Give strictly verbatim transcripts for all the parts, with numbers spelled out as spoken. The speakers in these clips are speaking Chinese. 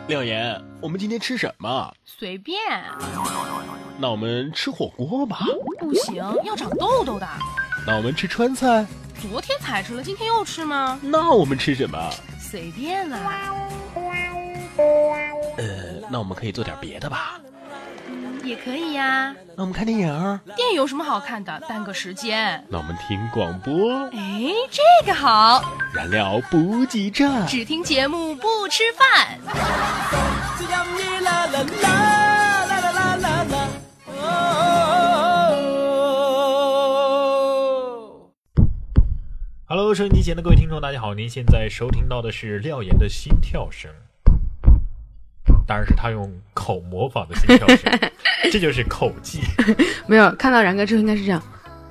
廖岩，我们今天吃什么？ 随便。 那我们吃火锅吧。 不行，要长痘痘的。 那我们吃川菜。 昨天才吃了，今天又吃吗？ 那我们吃什么？ 随便啦。 呃，那我们可以做点别的吧。 也可以呀。 那我们看电影。 电影有什么好看的？耽搁时间。 那我们听广播。 哎，这个好。 燃料补给站。 只听节目不吃饭。 Hello， 收音机前的各位听众，大家好，您现在收听到的是廖岩的心跳声，当然是他用口模仿的心跳声，这就是口技。 没有看到然哥之后应该是这样，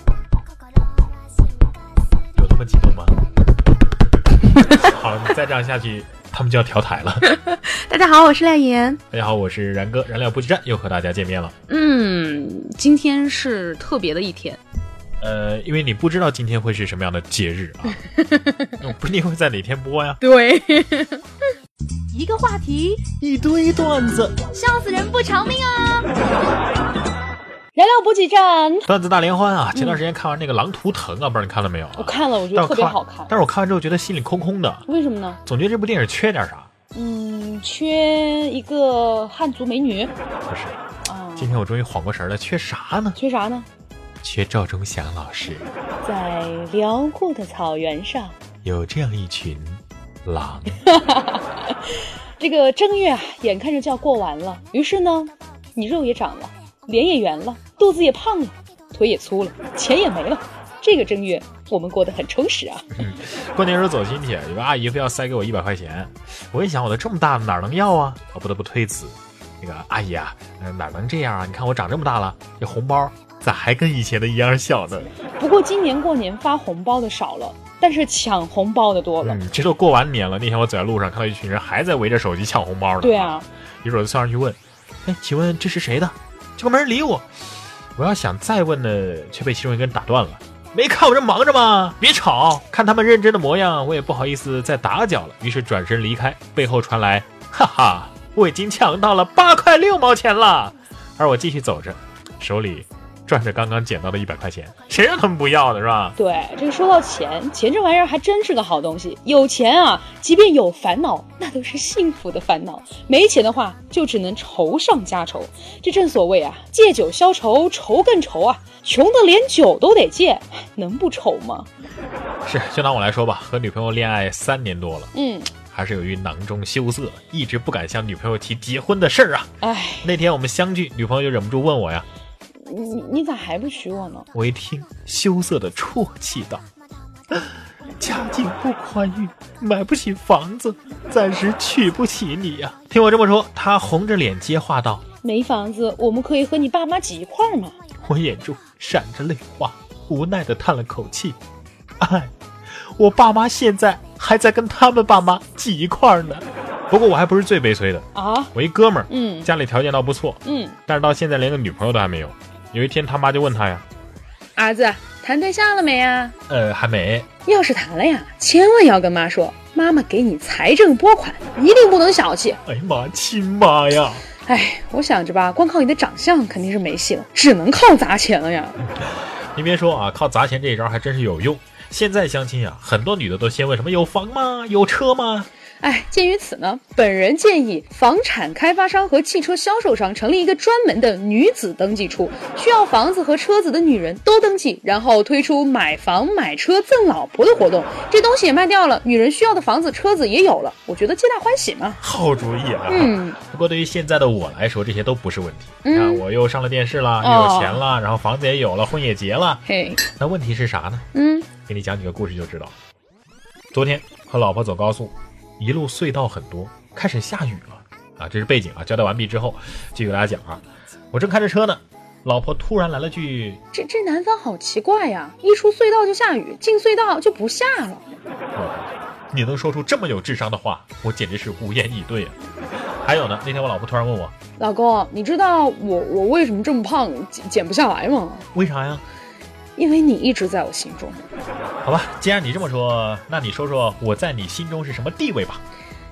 有那么激动吗？好，你再这样下去，他们就要调台了。 大家好，我是廖岩。 大家好，我是然哥，燃料补给站又和大家见面了。 嗯，今天是特别的一天。 呃，因为你不知道今天会是什么样的节日啊，不一定会在哪天播呀。 对， 一个话题， 一堆段子， 笑死人不偿命啊！ 燃料补给站， 段子大联欢啊！前段时间看完那个《狼图腾》啊，不知道你看了没有、啊？ 我看了，我觉得特别好看。 但是我看完之后觉得心里空空的。 为什么呢？ 总觉得这部电影缺点啥？ 嗯，缺一个汉族美女。 不是。 啊， 今天我终于缓过神了，缺啥呢？ 缺啥呢？ 缺赵忠祥老师。 在辽阔的草原上， 有这样一群狼。 这个正月啊，眼看着就要过完了，于是呢，你肉也长了，脸也圆了，肚子也胖了，腿也粗了，钱也没了。这个正月我们过得很充实啊。 嗯，过年时候走亲戚，有个阿姨非要塞给我一百块钱，我一想我都这么大了哪能要啊，我不得不推辞。那个阿姨啊，哪能这样啊？你看我长这么大了，这红包咋还跟以前的一样小呢？ 不过今年过年发红包的少了，但是抢红包的多了。 嗯，这都过完年了，那天我走在路上看到一群人还在围着手机抢红包呢。 对啊， 一会儿我就凑上去问，哎，请问这是谁的？结果没人理我。我要想再问呢，却被其中一个人打断了。没看我这忙着吗？别吵！看他们认真的模样，我也不好意思再打搅了，于是转身离开。背后传来，哈哈，我已经抢到了八块六毛钱了。而我继续走着，手里赚着刚刚捡到的一百块钱，谁让他们不要的是吧？ 对，这个说到钱，钱这玩意儿还真是个好东西。有钱啊，即便有烦恼，那都是幸福的烦恼；没钱的话，就只能愁上加愁。这正所谓啊，借酒消愁，愁更愁啊。穷的连酒都得借，能不愁吗？ 是，就拿我来说吧，和女朋友恋爱三年多了， 嗯， 还是由于囊中羞涩，一直不敢向女朋友提结婚的事儿啊。 哎， 那天我们相聚，女朋友就忍不住问我呀。 你你咋还不娶我呢？ 我一听，羞涩的啜泣道：“家境不宽裕，买不起房子，暂时娶不起你呀、啊。”听我这么说，她红着脸接话道：“ 没房子，我们可以和你爸妈挤一块儿吗？” 我眼中闪着泪花，无奈的叹了口气：“哎，我爸妈现在还在跟他们爸妈挤一块儿呢。”不过我还不是最悲催的啊！ 我一哥们儿， 嗯， 家里条件倒不错， 嗯， 但是到现在连个女朋友都还没有。有一天他妈就问他呀：“ 儿子，谈对象了没呀？” 呃，还没。 要是谈了呀，千万要跟妈说，妈妈给你财政拨款，一定不能小气。 哎呀妈，亲妈呀！ 哎，我想着吧，光靠你的长相肯定是没戏了，只能靠砸钱了呀。 您别说啊，靠砸钱这一招还真是有用。现在相亲啊，很多女的都先问什么有房吗？有车吗？ 哎，鉴于此呢，本人建议房产开发商和汽车销售商成立一个专门的女子登记处，需要房子和车子的女人都登记，然后推出买房买车赠老婆的活动，这东西也卖掉了，女人需要的房子车子也有了，我觉得皆大欢喜嘛。 好主意啊！ 嗯， 不过对于现在的我来说，这些都不是问题。 嗯， 啊，我又上了电视了，又有钱了，哦、然后房子也有了，婚也结了。 嘿， 那问题是啥呢？ 嗯， 给你讲几个故事就知道。昨天和老婆走高速。一路隧道很多，开始下雨了啊！这是背景啊。交代完毕之后，就给大家讲啊，我正开着车呢，老婆突然来了句：“ 这这南方好奇怪呀，一出隧道就下雨，进隧道就不下了。” 哦，你能说出这么有智商的话，我简直是无言以对啊！还有呢，那天我老婆突然问我：“ 老公，你知道我我为什么这么胖，减减不下来吗？” 为啥呀？ 因为你一直在我心中。 好吧，既然你这么说，那你说说我在你心中是什么地位吧？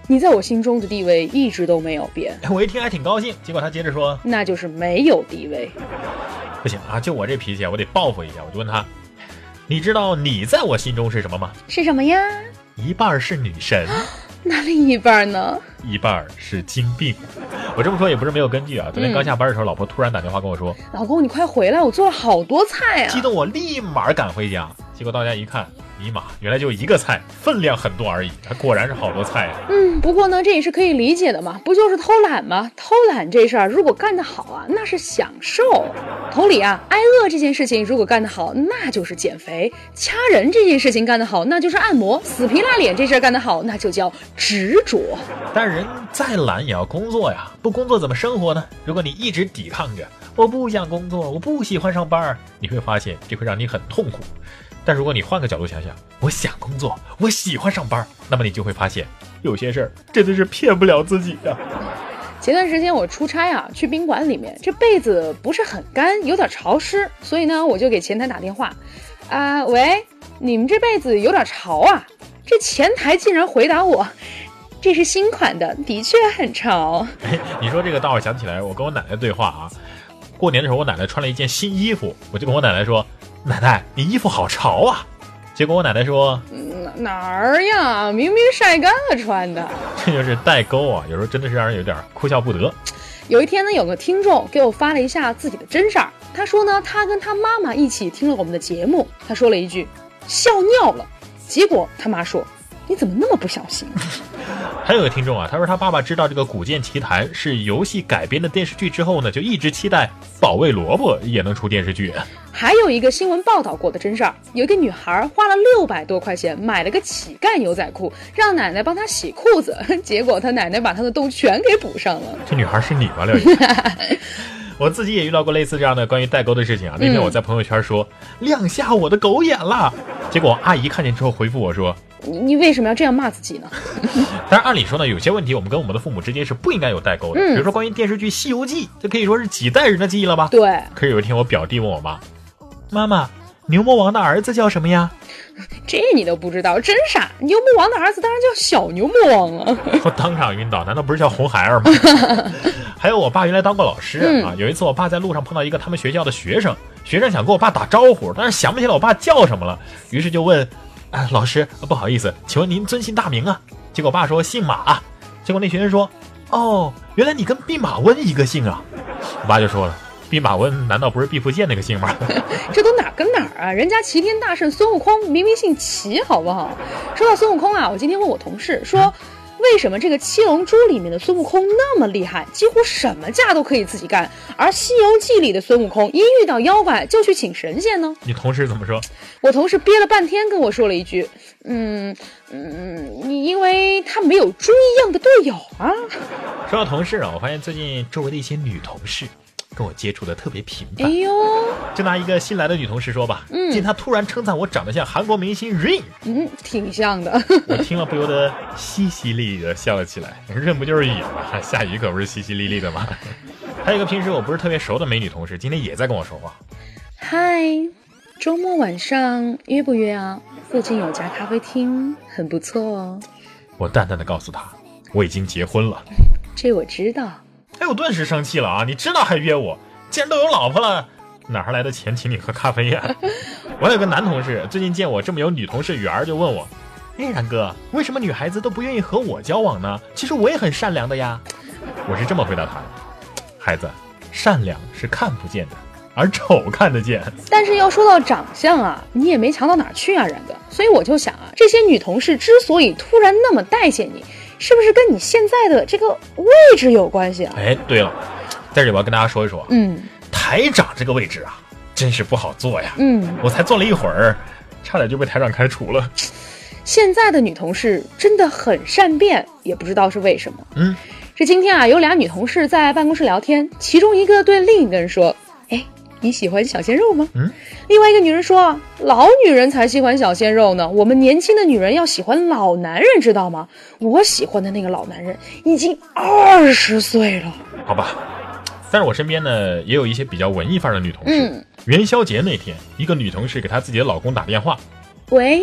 你在我心中的地位一直都没有变。 我一听还挺高兴，结果他接着说， 那就是没有地位。 不行啊，就我这脾气，我得报复一下。我就问他，你知道你在我心中是什么吗？ 是什么呀？ 一半是女神， 那另一半呢？ 一半是精病。我这么说也不是没有根据啊。昨天刚下班的时候，嗯、老婆突然打电话跟我说， 老公你快回来，我做了好多菜啊！ 激动我立马赶回家，结果到家一看，尼玛，原来就一个菜，分量很多而已，它果然是好多菜啊。 嗯，不过呢，这也是可以理解的嘛，不就是偷懒吗？偷懒这事儿如果干得好啊，那是享受。同理啊，挨饿这件事情如果干得好，那就是减肥；掐人这件事情干得好，那就是按摩；死皮赖脸这事儿干得好，那就叫执着。 但人再懒也要工作呀，不工作怎么生活呢？如果你一直抵抗着，我不想工作，我不喜欢上班，你会发现这会让你很痛苦。但如果你换个角度想想，我想工作，我喜欢上班，那么你就会发现有些事儿真的是骗不了自己的。 前段时间我出差啊，去宾馆里面，这被子不是很干，有点潮湿，所以呢，我就给前台打电话，啊、呃，喂，你们这被子有点潮啊。这前台竟然回答我，这是新款的，的确很潮。 哎，你说这个倒我想起来，我跟我奶奶对话啊。过年的时候，我奶奶穿了一件新衣服，我就跟我奶奶说，奶奶，你衣服好潮啊。结果我奶奶说， 哪哪儿呀，明明晒干了穿的。 这就是代沟啊，有时候真的是让人有点哭笑不得。 有一天呢，有个听众给我发了一下自己的真事儿，他说呢，他跟他妈妈一起听了我们的节目，他说了一句笑尿了，结果他妈说，你怎么那么不小心？ 还有个听众啊，他说他爸爸知道这个《古剑奇谭》是游戏改编的电视剧之后呢，就一直期待保卫萝卜也能出电视剧。 还有一个新闻报道过的真事儿，有一个女孩花了六百多块钱买了个乞丐牛仔裤，让奶奶帮她洗裤子，结果她奶奶把她的洞全给补上了。 这女孩是你吗，廖姨？我自己也遇到过类似这样的关于代沟的事情啊。那天我在朋友圈说、嗯、亮瞎我的狗眼了，结果阿姨看见之后回复我说， 你你为什么要这样骂自己呢？ 但是按理说呢，有些问题我们跟我们的父母之间是不应该有代沟的、嗯、比如说关于电视剧《西游记》，这可以说是几代人的记忆了吧。 对。 可是有一天我表弟问我妈，妈妈，牛魔王的儿子叫什么呀？ 这你都不知道，真傻！牛魔王的儿子当然叫小牛魔王了。 我当场晕倒，难道不是叫红孩儿吗？还有我爸原来当过老师、嗯、啊，有一次我爸在路上碰到一个他们学校的学生，学生想跟我爸打招呼，但是想不起来我爸叫什么了，于是就问，哎，老师，不好意思，请问您尊姓大名啊？结果我爸说姓马，结果那学生说，哦，原来你跟弼马温一个姓啊。我爸就说了，弼马温难道不是毕福剑那个姓吗？ 这都哪跟哪儿啊，人家齐天大圣孙悟空明明姓齐，好不好？说到孙悟空啊，我今天问我同事说、嗯、为什么这个七龙珠里面的孙悟空那么厉害，几乎什么架都可以自己干，而西游记里的孙悟空一遇到妖怪就去请神仙呢？ 你同事怎么说？ 我同事憋了半天跟我说了一句，嗯嗯，因为他没有猪一样的队友啊。 说到同事啊，我发现最近周围的一些女同事跟我接触的特别频繁。 哎呦， 就拿一个新来的女同事说吧，嗯，见她突然称赞我长得像韩国明星 Rain， 嗯，挺像的。 我听了不由得淅淅沥沥的笑了起来。Rain 不就是雨吗？下雨可不是淅淅沥沥的吗？还有一个平时我不是特别熟的美女同事，今天也在跟我说话。 嗨，周末晚上约不约啊？附近有家咖啡厅，很不错哦。 我淡淡的告诉她，我已经结婚了。 这我知道。 哎，我顿时生气了啊！你知道还约我，既然都有老婆了，哪还来的钱请你喝咖啡呀？我有个男同事，最近见我这么有女同事缘，就问我，哎，然哥，为什么女孩子都不愿意和我交往呢？其实我也很善良的呀。我是这么回答他的，孩子，善良是看不见的，而丑看得见。但是要说到长相啊，你也没强到哪去啊，然哥。所以我就想啊，这些女同事之所以突然那么待见你，是不是跟你现在的这个位置有关系啊？哎，对了，在这里我要跟大家说一说，嗯，台长这个位置啊，真是不好做呀。嗯，我才做了一会儿，差点就被台长开除了。现在的女同事真的很善变，也不知道是为什么。嗯，这今天啊，有俩女同事在办公室聊天，其中一个对另一个人说，哎，你喜欢小鲜肉吗？嗯，另外一个女人说，老女人才喜欢小鲜肉呢，我们年轻的女人要喜欢老男人，知道吗？我喜欢的那个老男人已经二十岁了。好吧，但是我身边呢也有一些比较文艺范儿的女同事。嗯，元宵节那天，一个女同事给她自己的老公打电话，喂，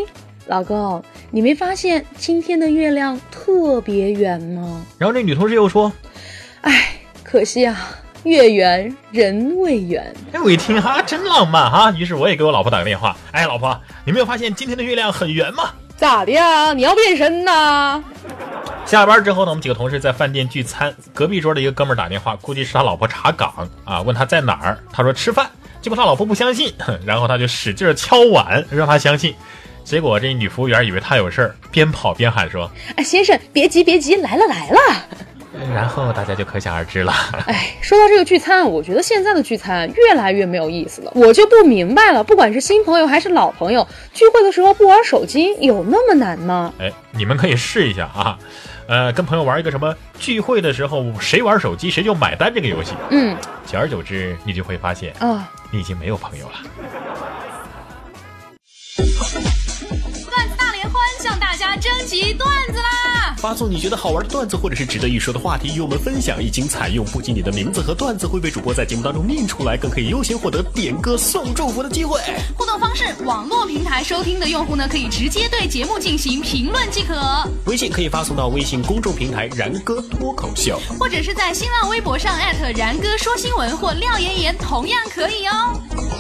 老公，你没发现今天的月亮特别圆吗？ 然后这女同事又说， 哎，可惜啊，月圆人未圆。 哎，我一听哈，真浪漫哈，于是我也给我老婆打个电话，哎，老婆，你没有发现今天的月亮很圆吗？ 咋的呀？你要变身呐？ 下班之后呢，我们几个同事在饭店聚餐，隔壁桌的一个哥们儿打电话，估计是他老婆查岗啊，问他在哪儿，他说吃饭，结果他老婆不相信，然后他就使劲敲碗让他相信，结果这女服务员以为他有事儿，边跑边喊说， 哎，先生别急别急，来了来了。 然后大家就可想而知了。 哎，说到这个聚餐，我觉得现在的聚餐越来越没有意思了。我就不明白了，不管是新朋友还是老朋友，聚会的时候不玩手机有那么难吗？ 哎，你们可以试一下啊，呃，跟朋友玩一个什么聚会的时候谁玩手机谁就买单这个游戏。 嗯， 久而久之，你就会发现啊，你已经没有朋友了。 段子大联欢向大家征集段子啦！ 发送你觉得好玩的段子或者是值得一说的话题与我们分享，一经采用，不仅你的名字和段子会被主播在节目当中念出来，更可以优先获得点歌送祝福的机会。 互动方式：网络平台收听的用户呢，可以直接对节目进行评论即可； 微信可以发送到微信公众平台然哥脱口秀， 或者是在新浪微博上艾特然哥说新闻或廖妍妍，同样可以哦。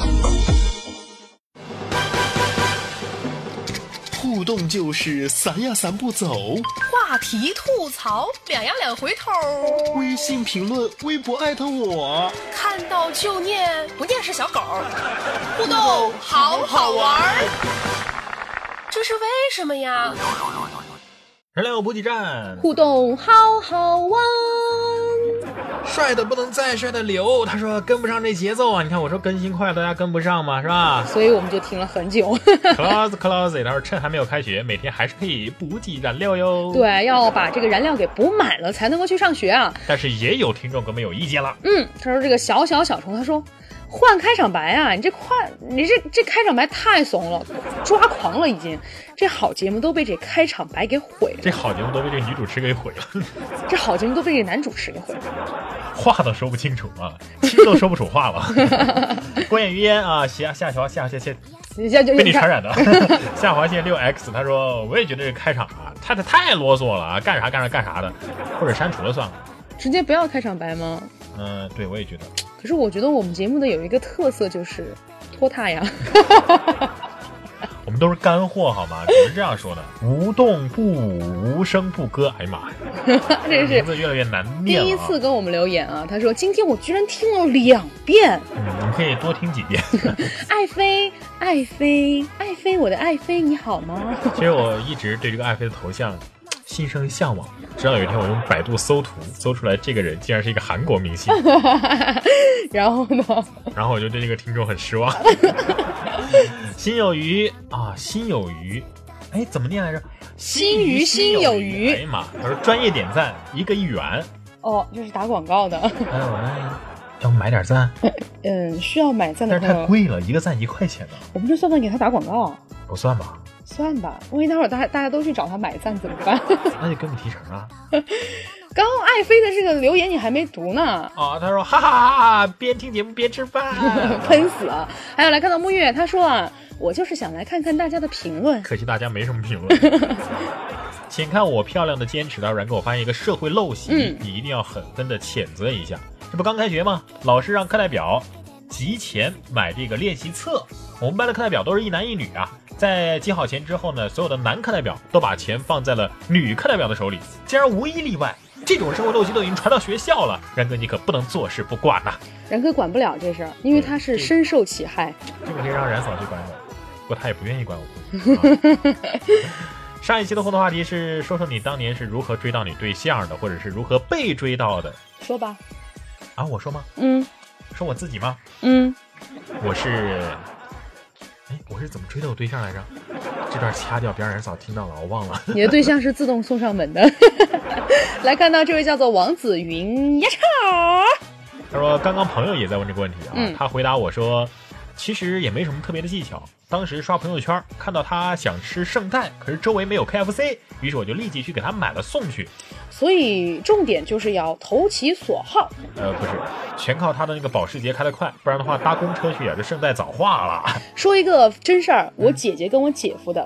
互动就是散呀散不走， 话题吐槽，两呀两回头， 微信评论，微博艾特我， 看到就念，不念是小狗。互动好好玩，这是为什么呀？ 人类补给站， 互动好好玩。 帅的不能再帅的刘，他说跟不上这节奏啊！你看我说更新快，大家跟不上嘛，是吧？ 所以我们就停了很久。 Close Close， 他说趁还没有开学，每天还是可以补给燃料哟。 对，要把这个燃料给补满了才能够去上学啊。 但是也有听众跟我们有意见了。 嗯，他说这个小小小虫，他说换开场白啊，你这换你这这开场白太怂了，抓狂了已经。这好节目都被这开场白给毁了， 这好节目都被这个女主持给毁了， 这好节目都被这个男主持给毁了， 话都说不清楚啊，听都说不出话了。过眼云烟啊，下下滑下下下，被你传染的。下划线六 X， 他说我也觉得这开场啊，太太太啰嗦了啊，干啥干啥干啥的，或者删除了算了。 直接不要开场白吗？ 嗯，对，我也觉得。 可是我觉得我们节目的有一个特色就是拖沓呀。 我们都是干货好吗？只是这样说的，无动不舞，无声不歌。哎呀妈呀， 这是名字越来越难念了、啊。 第一次跟我们留言啊，他说今天我居然听了两遍。 嗯，你可以多听几遍。 爱妃，爱妃，爱妃，我的爱妃，你好吗？ 其实我一直对这个爱妃的头像心生向往，直到有一天我用百度搜图搜出来这个人竟然是一个韩国明星。 然后呢？ 然后我就对这个听众很失望。心有余啊，心有余，哎，怎么念来着？ 心鱼心有余。 哎呀妈！他说专业点赞一个一元。 哦，这是打广告的。 哎，我来要买点赞。 嗯，需要买赞的但是太贵了，一个赞一块钱呢。 我们就算算给他打广告。 不算吧？ 算吧，万一待会儿大家大家都去找他买赞怎么办？ 那就给我们提成啊。 刚刚爱妃的这个留言你还没读呢。 啊、哦，他说哈哈哈哈，边听节目边吃饭， 喷死了。还有来看到沐月，他说啊，我就是想来看看大家的评论， 可惜大家没什么评论。请看我漂亮的坚持的然给我发现一个社会陋习、嗯，你一定要狠狠的谴责一下。这不刚开学吗？老师让课代表集钱买这个练习册，我们班的课代表都是一男一女啊。在集好钱之后呢，所有的男课代表都把钱放在了女课代表的手里，竟然无一例外。这种社会陋习都已经传到学校了，然哥你可不能坐视不管呐、啊！ 然哥管不了这事儿，因为他是深受其害。 这个可以让冉嫂去管我，不过他也不愿意管我。啊、上一期的互动话题是说说你当年是如何追到你对象的，或者是如何被追到的。 说吧。 啊，我说吗？ 嗯。 说我自己吗？ 嗯。 我是。哎，我是怎么追到我对象来着？这段掐掉，别让冉嫂听到了，我忘了。 你的对象是自动送上门的。来看到这位叫做王子云呀叉， 他说刚刚朋友也在问这个问题啊、 嗯， 他回答我说，其实也没什么特别的技巧。当时刷朋友圈看到他想吃圣代，可是周围没有 K F C， 于是我就立即去给他买了送去。 所以重点就是要投其所好。 呃，不是，全靠他的那个保时捷开得快，不然的话搭公车去啊，这圣代早化了。 说一个真事儿，我姐姐跟我姐夫的。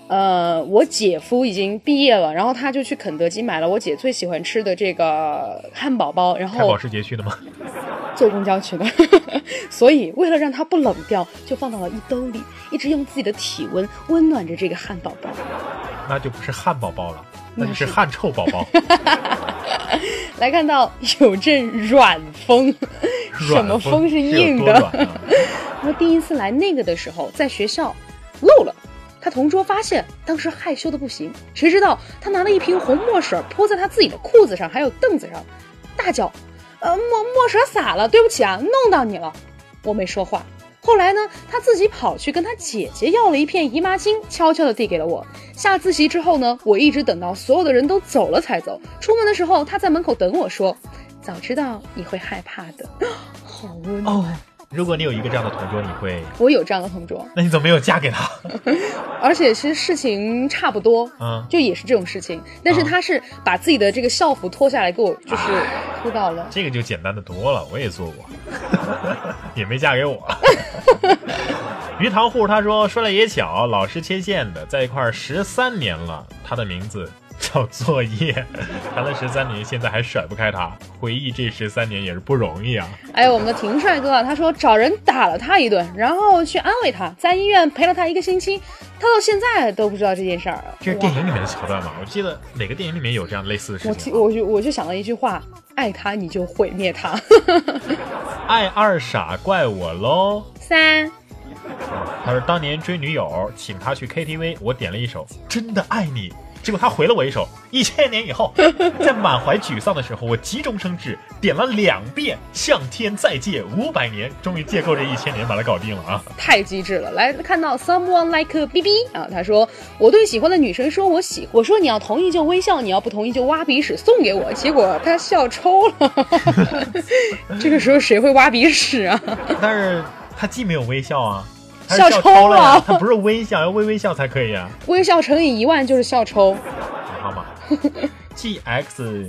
呃，我姐夫已经毕业了，然后他就去肯德基买了我姐最喜欢吃的这个汉堡包，然后开保时捷去的吗？ 坐公交去的所以为了让它不冷掉，就放到了衣兜里，一直用自己的体温温暖着这个汉堡包。 那就不是汉堡包了，那就是汗臭宝宝来看到有阵软风，什么风是硬的？我、啊、第一次来那个的时候，在学校漏了。他同桌发现，当时害羞的不行，谁知道他拿了一瓶红墨水泼在他自己的裤子上，还有凳子上，大叫：“呃，墨墨水洒了，对不起啊，弄到你了。”我没说话。后来呢，他自己跑去跟他姐姐要了一片姨妈巾，悄悄地递给了我。下自习之后呢，我一直等到所有的人都走了才走。出门的时候，他在门口等我说：“早知道你会害怕的。”好温暖。哦， 如果你有一个这样的同桌，你会？ 我有这样的同桌。 那你怎么没有嫁给他？ 而且其实事情差不多，嗯，就也是这种事情，但是他是把自己的这个校服脱下来给我，就是脱到了。 这个就简单的多了，我也做过，也没嫁给我。鱼塘户他说，说来也巧，老师牵线的，在一块十三年了，他的名字叫作业，谈了十三年，现在还甩不开他。回忆这十三年也是不容易啊。 哎，我们的廷帅哥啊，他说找人打了他一顿，然后去安慰他，在医院陪了他一个星期，他到现在都不知道这件事儿。 这是电影里面的桥段吗？我记得哪个电影里面有这样类似的事情？ 我我就我就想了一句话：爱他你就毁灭他。 爱二傻怪我喽。 三。 他说当年追女友，请他去 K T V， 我点了一首真的爱你。结果他回了我一首一千年以后。在满怀沮丧的时候，我急中生智，点了两遍向天再借五百年，终于借够这一千年把它搞定了啊！ 太机智了。来看到 someone like B B 啊，他说我对喜欢的女生说我喜，我说你要同意就微笑，你要不同意就挖鼻屎送给我，结果他笑抽了。这个时候谁会挖鼻屎啊？ 但是他既没有微笑啊， 笑抽了呀， 他不是微笑，要微微笑才可以啊。 微笑乘以一万就是笑抽。 好嘛。G X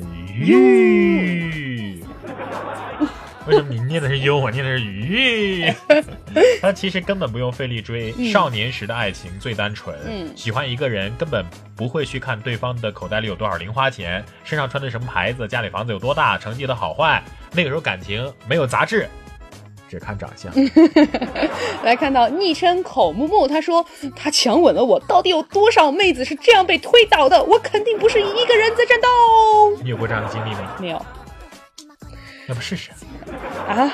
U， 为什么你念的是 U， 我念的是鱼？他其实根本不用费力追，嗯、少年时的爱情最单纯，嗯，喜欢一个人根本不会去看对方的口袋里有多少零花钱，身上穿的什么牌子，家里房子有多大，成绩的好坏。那个时候感情没有杂质。只看长相。 来看到昵称口木木，他说他强吻了我，到底有多少妹子是这样被推倒的？我肯定不是一个人在战斗。 你有过这样的经历吗？ 没有。 要不试试啊？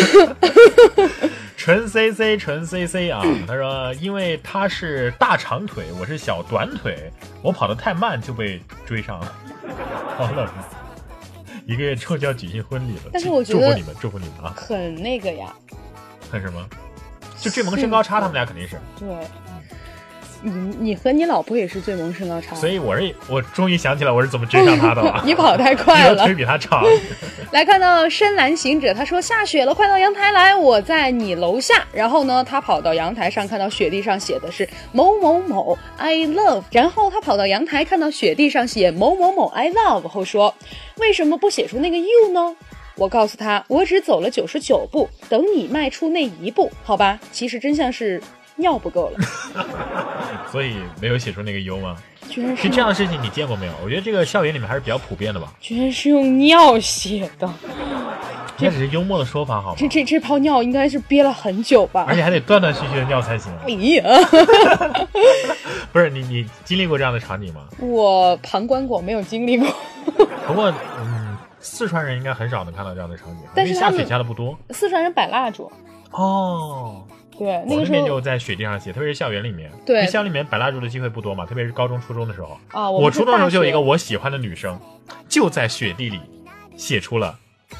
纯 C C 纯 C C 啊，他说因为他是大长腿，我是小短腿，我跑得太慢就被追上了。好冷啊！一个月之后就要举行婚礼了， 但是我觉得祝福你们，祝福你们啊！ 很那个呀， 很什么？就最萌身高差，他们俩肯定是。 对，你你和你老婆也是最萌身高差， 所以我是我终于想起来我是怎么追上他的了。 你跑太快了， 腿比他长。 来看到深蓝行者，他说下雪了，快到阳台来，我在你楼下。然后呢，他跑到阳台上，看到雪地上写的是某某某 I love， 然后他跑到阳台，看到雪地上写某某某 I love 后说，为什么不写出那个 you 呢？我告诉他，我只走了九十九步，等你迈出那一步，好吧？其实真相是尿不够了。 所以没有写出那个 u 吗？ 居然是其实这样的事情你见过没有？我觉得这个校园里面还是比较普遍的吧。 居然是用尿写的， 这只是幽默的说法好吗？ 这这这泡尿应该是憋了很久吧， 而且还得断断续续的尿才行。 哎呀， 不是你你经历过这样的场景吗？ 我旁观过，没有经历过。 不过嗯，四川人应该很少能看到这样的场景， 但是因为下雪下的不多。 四川人摆蜡烛。 哦。 对，那个时候我那边就在雪地上写，特别是校园里面。 对， 因为校园里面摆蜡烛的机会不多嘛，特别是高中、初中的时候。 啊， 我, 我初中的时候就有一个我喜欢的女生，就在雪地里写出了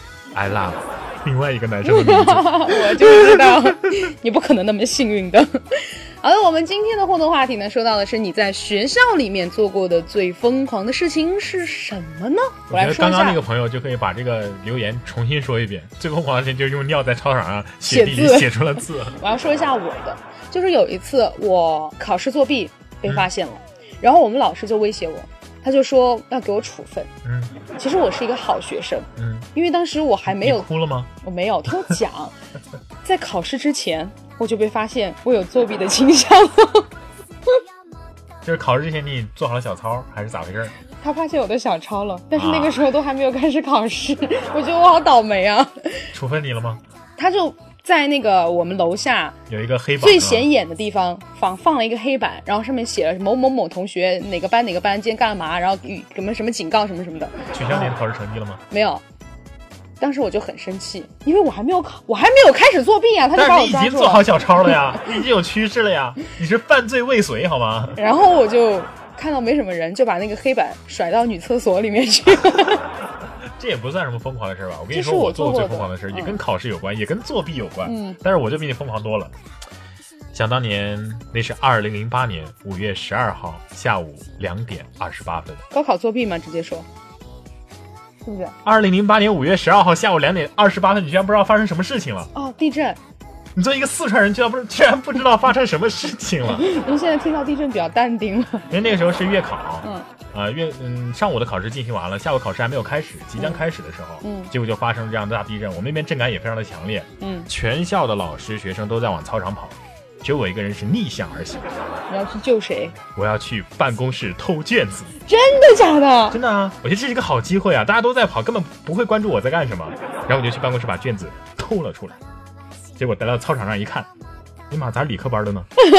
I love 另外一个男生的名字。 我就知道你不可能那么幸运的。好了，我们今天的互动话题呢，说到的是你在学校里面做过的最疯狂的事情是什么呢？我来说一下。 刚刚那个朋友就可以把这个留言重新说一遍。最疯狂的事情就是用尿在操场上雪地里写出了字。 我要说一下我的，就是有一次我考试作弊被发现了，嗯、然后我们老师就威胁我，他就说要给我处分。嗯，其实我是一个好学生。嗯，因为当时我还没有。 你哭了吗？ 我没有，听我讲，在考试之前。我就被发现我有作弊的倾向。 就是考试之前你做好了小操还是咋回事？ 他发现我的小抄了，但是那个时候都还没有开始考试，啊、我觉得我好倒霉啊。 处分你了吗？ 他就在那个我们楼下有一个黑板， 最显眼的地方放放了一个黑板，然后上面写了某某某同学哪个班哪个班今天干嘛，然后什么什么警告什么什么的。 取消你的考试成绩了吗？ 没有。当时我就很生气，因为我还没有考，我还没有开始作弊啊，他就把我抓住了。 但是你已经做好小抄了呀，你已经有趋势了呀，你是犯罪未遂好吗？ 然后我就看到没什么人，就把那个黑板甩到女厕所里面去。 这也不算什么疯狂的事吧？我跟你说， 我做过最疯狂的事、嗯、也跟考试有关，也跟作弊有关。 嗯， 但是我就比你疯狂多了。想当年，那是二零零八年五月十二号下午两点二十八分。 高考作弊吗？直接说。是不是？ 二零零八年五月十二号下午两点二十八分，你居然不知道发生什么事情了？ 哦，地震！ 你作为一个四川人，居然不居然不知道发生什么事情了？ 您现在听到地震比较淡定了， 因为那个时候是月考， 嗯， 呃月嗯上午的考试进行完了，下午考试还没有开始，即将开始的时候， 嗯， 结果就发生这样的大地震，我们那边震感也非常的强烈， 嗯， 全校的老师学生都在往操场跑。只有我一个人是逆向而行。 你要去救谁？ 我要去办公室偷卷子。 真的假的？ 真的啊！我觉得这是一个好机会啊，大家都在跑，根本不会关注我在干什么。然后我就去办公室把卷子偷了出来，结果带到操场上一看，你妈咋理科班的呢？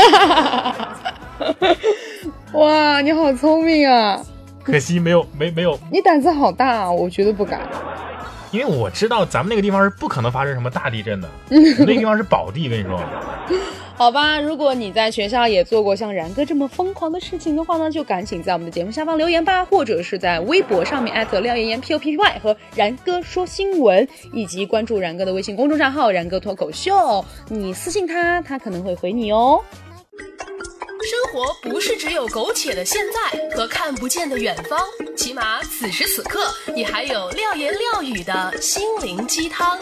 哇，你好聪明啊！ 可惜没有没没有。 你胆子好大啊！我绝对不敢。 因为我知道咱们那个地方是不可能发生什么大地震的，那个地方是宝地，跟你说。 好吧，如果你在学校也做过像然哥这么疯狂的事情的话呢，就赶紧在我们的节目下方留言吧，或者是在微博上面艾特廖妍妍 P O P Y 和然哥说新闻，以及关注然哥的微信公众账号然哥脱口秀，你私信他，他可能会回你哦。 生活不是只有苟且的现在和看不见的远方，起码此时此刻你还有廖言廖语的心灵鸡汤。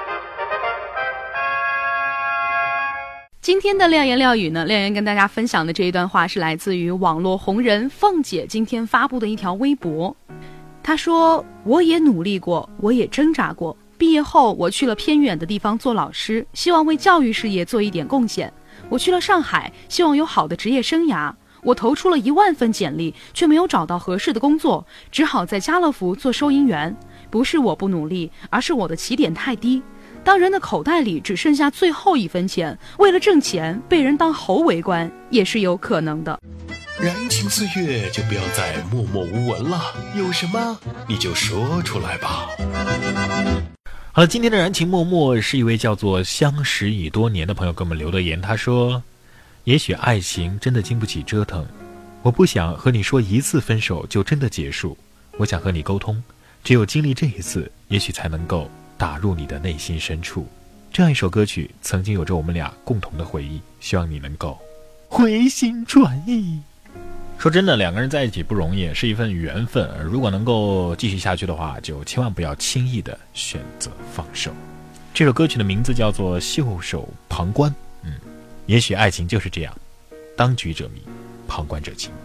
今天的廖言廖语呢，廖言跟大家分享的这一段话是来自于网络红人凤姐今天发布的一条微博。她说，我也努力过，我也挣扎过，毕业后我去了偏远的地方做老师，希望为教育事业做一点贡献。我去了上海，希望有好的职业生涯。我投出了一万份简历，却没有找到合适的工作，只好在家乐福做收银员。不是我不努力，而是我的起点太低。当人的口袋里只剩下最后一分钱，为了挣钱被人当猴围观，也是有可能的。 燃情岁月就不要再默默无闻了，有什么你就说出来吧。 好了，今天的燃情脉脉是一位叫做相识已多年的朋友给我们留的言，他说，也许爱情真的经不起折腾，我不想和你说一次分手就真的结束，我想和你沟通，只有经历这一次，也许才能够打入你的内心深处。这样一首歌曲曾经有着我们俩共同的回忆，希望你能够回心转意。说真的，两个人在一起不容易，是一份缘分，如果能够继续下去的话，就千万不要轻易的选择放手。这首歌曲的名字叫做袖手旁观。嗯，也许爱情就是这样，当局者迷，旁观者清。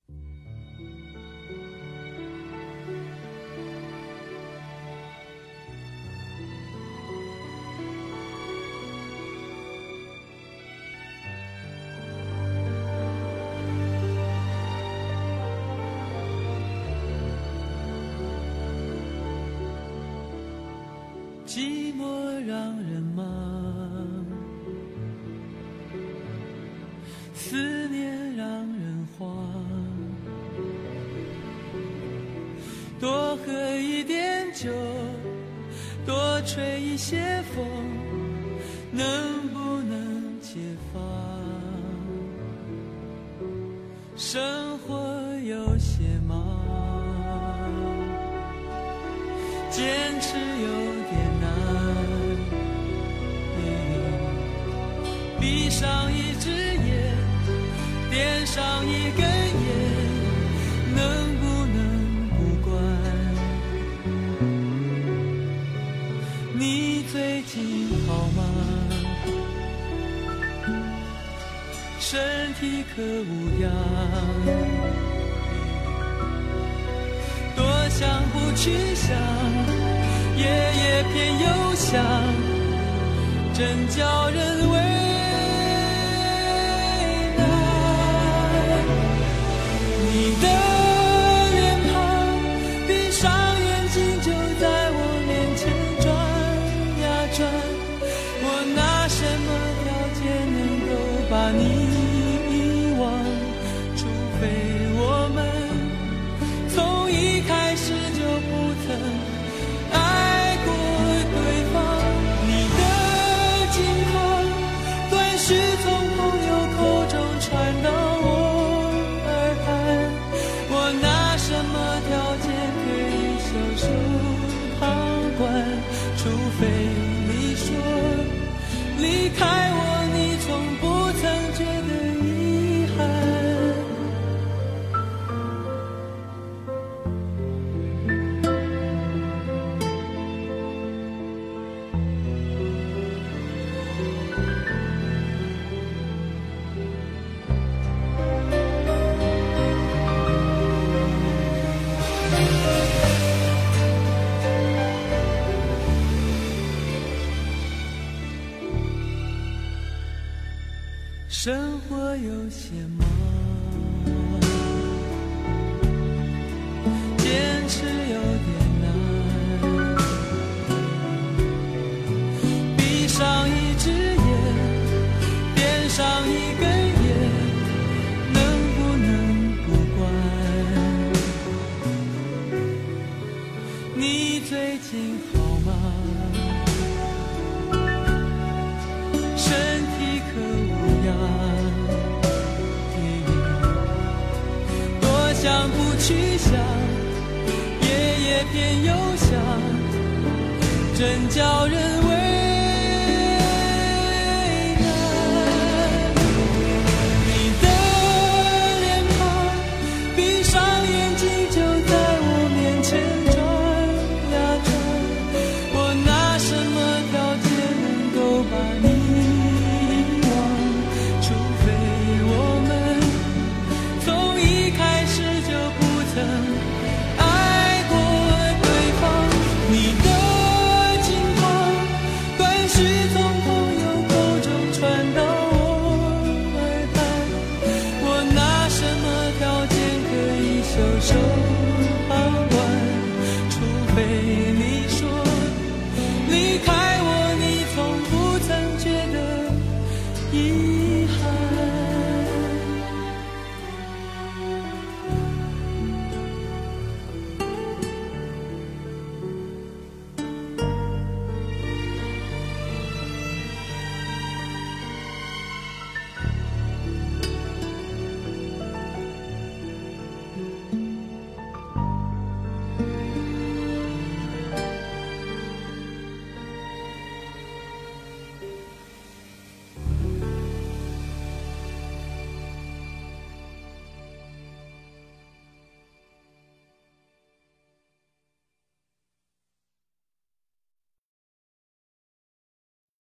寂寞让人忙，思念让人慌，多喝一点酒，多吹一些风，能不能解放？生活有些忙，坚持有点难，闭上一只眼，点上一根烟，能不能不管？你最近好吗？身体可无恙？多想不去想，夜夜偏又想，真叫人为难。 的脸庞，闭上眼睛就在我面前转呀转，我拿什么条件能够把你遗忘？除非我们从一开始就不曾爱过对方。你的近况断续从朋友口中传到我耳畔，我拿什么条件可以袖手旁观？除非你说离开我，你从不曾觉得遗憾。生活有些忙，坚持有点难，闭上一只眼，点上一根烟，能不能不管？你最近好吗？身体可无恙？多想不去想，夜夜偏又想，真叫人为难。你的脸庞，闭上眼睛就在我面前转呀转，我拿什么条件能够把你遗忘？除非我们从一开始就不曾爱过对方。你的近况断续从朋友口中传到我耳畔，我拿什么条件可以袖手旁观？除非你